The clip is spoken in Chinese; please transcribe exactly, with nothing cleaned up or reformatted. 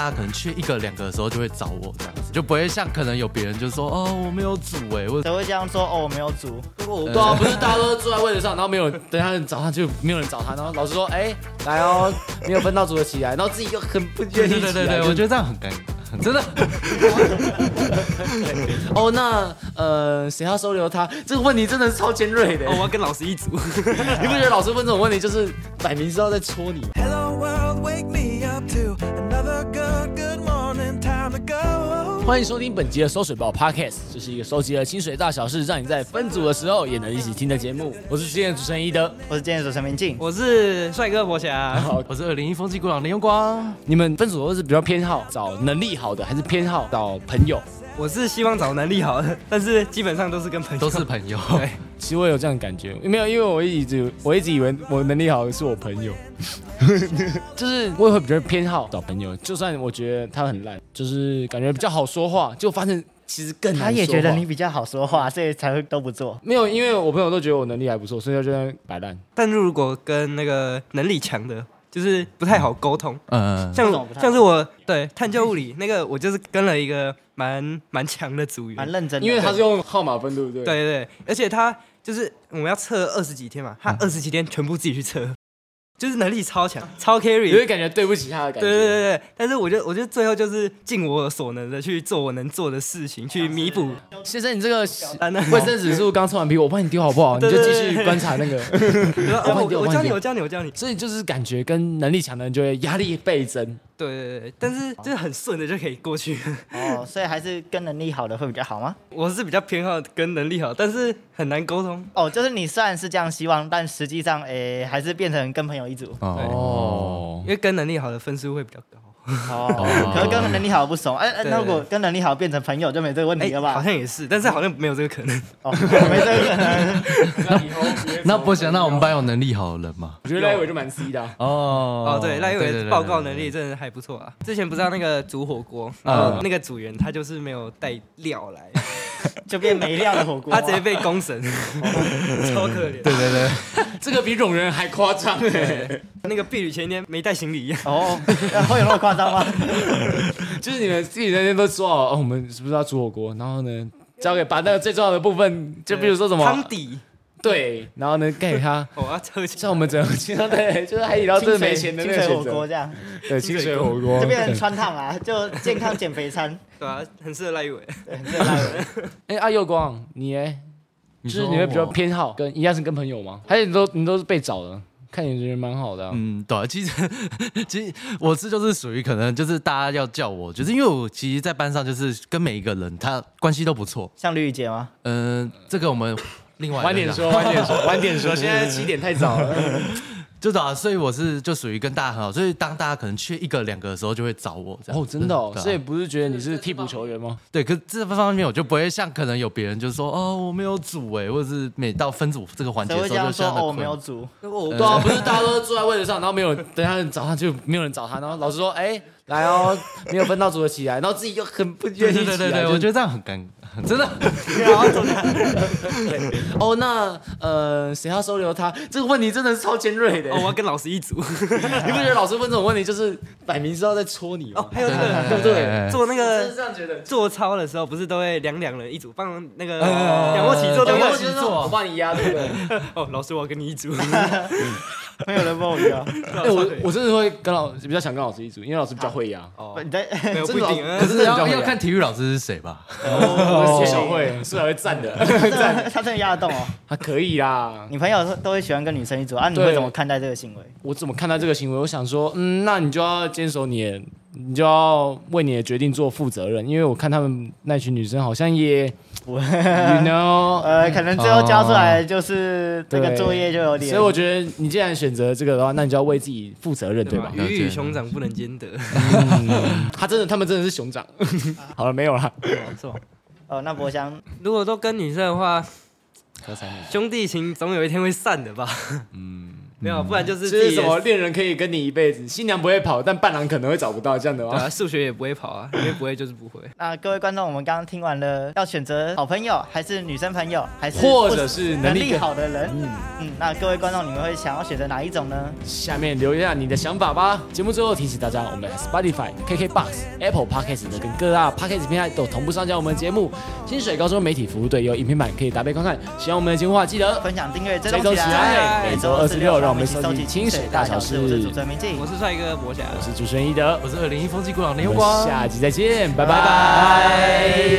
大家可能缺一个两个的时候就会找我这样子，就不会像可能有别人就说哦我没有煮哎、欸，或者谁会这样说哦我没有煮？ 对啊，不是大家都坐在位置上，然后没有人等一下人找他就没有人找他，然后老师说哎、欸、来哦，没有分到组的起来，然后自己又很不愿意起来。 对对对对，我觉得这样很尴尬，真的。 哦，那呃谁要收留他？这个问题真的是超尖锐的。 哦，我要跟老师一组。 你不觉得老师问这种问题就是摆明是要在戳你吗？ Hello world, wake me up to another good, good morning, time to go. 欢迎收听本集的收水报 Podcast， 这是一个收集了清水大小事，让你在分组的时候也能一起听的节目。我是今天的主持人一德， 我是今天的主持人明静， 我是帅哥博侠。 好， 我是二零一风纪鼓掌林永光。 你们分组都是比较偏好找能力好的，还是偏好找朋友？ 我是希望找能力好的，但是基本上都是跟朋友。 都是朋友。 对， 其实我有这样的感觉，没有，因为我一直我一直以为我能力好的是我朋友，就是我也会比较偏好找朋友，就算我觉得他很烂，就是感觉比较好说话，就发现其实更难说话。 他也觉得你比较好说话，所以才会都不做。 没有，因为我朋友都觉得我能力还不错，所以他就在摆烂。 但如果跟那个能力强的，就是不太好沟通。 嗯， 像不太好像是我对探究物理那个，我就是跟了一个蛮蛮强的组员， 蛮认真的， 因为他是用号码分，对不对？ 对对对，而且他就是我们要测二十几天嘛，他二十几天全部自己去测，就是能力超强，超 carry， 有点感觉对不起他的感觉。 对对对对，但是我觉得，我觉得最后就是尽我所能的去做我能做的事情，去弥补。 先生，你这个单的卫生纸是不是刚冲完屁股？我帮你丢好不好？你就继续观察那个。 我帮你丢我教你， 帮你丢我教你，我教你。 所以就是感觉跟能力强的人就会压力倍增。 对对对，但是就是很顺的就可以过去。 哦，所以还是跟能力好的会比较好吗？ 我是比较偏好跟能力好，但是很难沟通。 哦，就是你虽然是这样希望，但实际上诶还是变成跟朋友一组。 哦因，为跟能力好的分数会比较高。 哦，可是跟能力好的不熟，哎、哎， 对那如果跟能力好变成朋友就没这个问题了吧？ 好像也是，但是好像没有这个可能。 哦，没这个可能。 那以后那不行，那我们班有能力好的人吗？ 我觉得赖伟就蛮 C 的啊。 哦哦，对，赖伟报告能力真的还不错啊。之前不知道那个煮火锅，然后那个组员他就是没有带料来， 就变没料的火锅， 他直接被公审，超可怜。 对对对， 这个比冗人还夸张哎！ 那个婢女前一天没带行李一样。 哦，会有那么夸张吗？ 就是你们自己那天都说好，哦，我们是不是要煮火锅？然后呢，交给把那个最重要的部分，就比如说什么汤底， 对，然后呢盖给他。 我要喝起像我们整个经常对，就是海底捞真的没钱的那清水个选择， 火锅这样， 对，清水火锅就变成川烫啊，就健康减肥餐， 对啊，很适合赖伟。 对，很适合拉人。 哎，阿佑光，你哎，就是你会比较说我偏好跟一样是跟朋友吗？还是你都你都是被找的？看你人蛮好的、啊， 嗯，对、啊，其实其实我是就是属于可能就是大家要叫我，就是因为我其实，在班上就是跟每一个人他关系都不错。 像绿雨姐吗？ 嗯、呃，这个我们另外晚点说，晚点说，晚点说，现在七点太早了。 就是啊，所以我是就属于跟大家很好，所以当大家可能缺一个两个的时候，就会找我这样。 哦，真的哦， 对啊所以不是觉得你是替补球员吗？ 对，可是这方面我就不会像可能有别人就说哦我没有煮哎，或者是每到分组这个环节的时候谁会这样说哦我就像那困没有煮？ 我对啊，不是大家都坐在位置上，然后没有人等一下人找他就没有人找他，然后老师说哎、来哦，没有分到组的起来，然后自己又很不愿意起来。 对对对对， 就我觉得这样很尴尬，真的。 然后真的， 哦，那呃谁要收留他？这个问题真的是超尖锐的。 哦，我要跟老师一组。 你不觉得老师问这种问题就是摆明是要在戳你吗？ 哦，还有这对个， 对不对？ 做那我是个这样觉得。 做操的时候，不是都会两两人一组，帮那个呃仰卧起坐，对不对？ 仰卧起坐，我帮你压，对不对？ 哦，老师，我要跟你一组。 没有人帮我压。 哎，我我真的会跟老比较想跟老师一组，因为老师比较会压。 哦， 你在没有不一定， 可是比较会压要要看体育老师是谁吧？ 苏小慧，苏小慧站的， 他他真的压得动哦。 他可以啦。 你朋友都会喜欢跟女生一组啊？你对会怎么看待这个行为？ 我怎么看待这个行为？我想说，嗯，那你就要坚守你的，你就要为你的决定做负责任，因为我看他们那群女生好像也，you know， 呃，可能最后交出来就是这个作业就有点。 所以我觉得你既然选择这个的话，那你就要为自己负责任，对吧？ 鱼与熊掌不能兼得。 嗯他真的，他们真的是熊掌。好了，没有了。 没错。 哦，那博翔如果都跟女生的话，兄弟情总有一天会散的吧？ 没有，不然就是就是自己什么恋人可以跟你一辈子，新娘不会跑，但伴郎可能会找不到这样的吗？ 对啊，数学也不会跑啊，因为不会就是不会。 那各位观众，我们刚刚听完了，要选择好朋友，还是女生朋友，还是或者是能能力力更好的人？ 嗯， 嗯，那各位观众，你们会想要选择哪一种呢？ 下面留言下你的想法吧。节目最后提醒大家，我们 Spotify、K K Box、Apple Podcast 的跟各大 Podcast 平台都同步上架我们的节目。清水高中媒体服务队有影片版可以搭配观看。喜欢我们的节目的话，记得分享、订阅、追追踪起踪起来。 来。每周二十六，让我们一起收集收集清水大小事。 我是主持人明静我，是帅哥博侠， 我是主持人一德， 我是二零一风纪鼓掌林我们宥光， 下集再见，拜拜拜。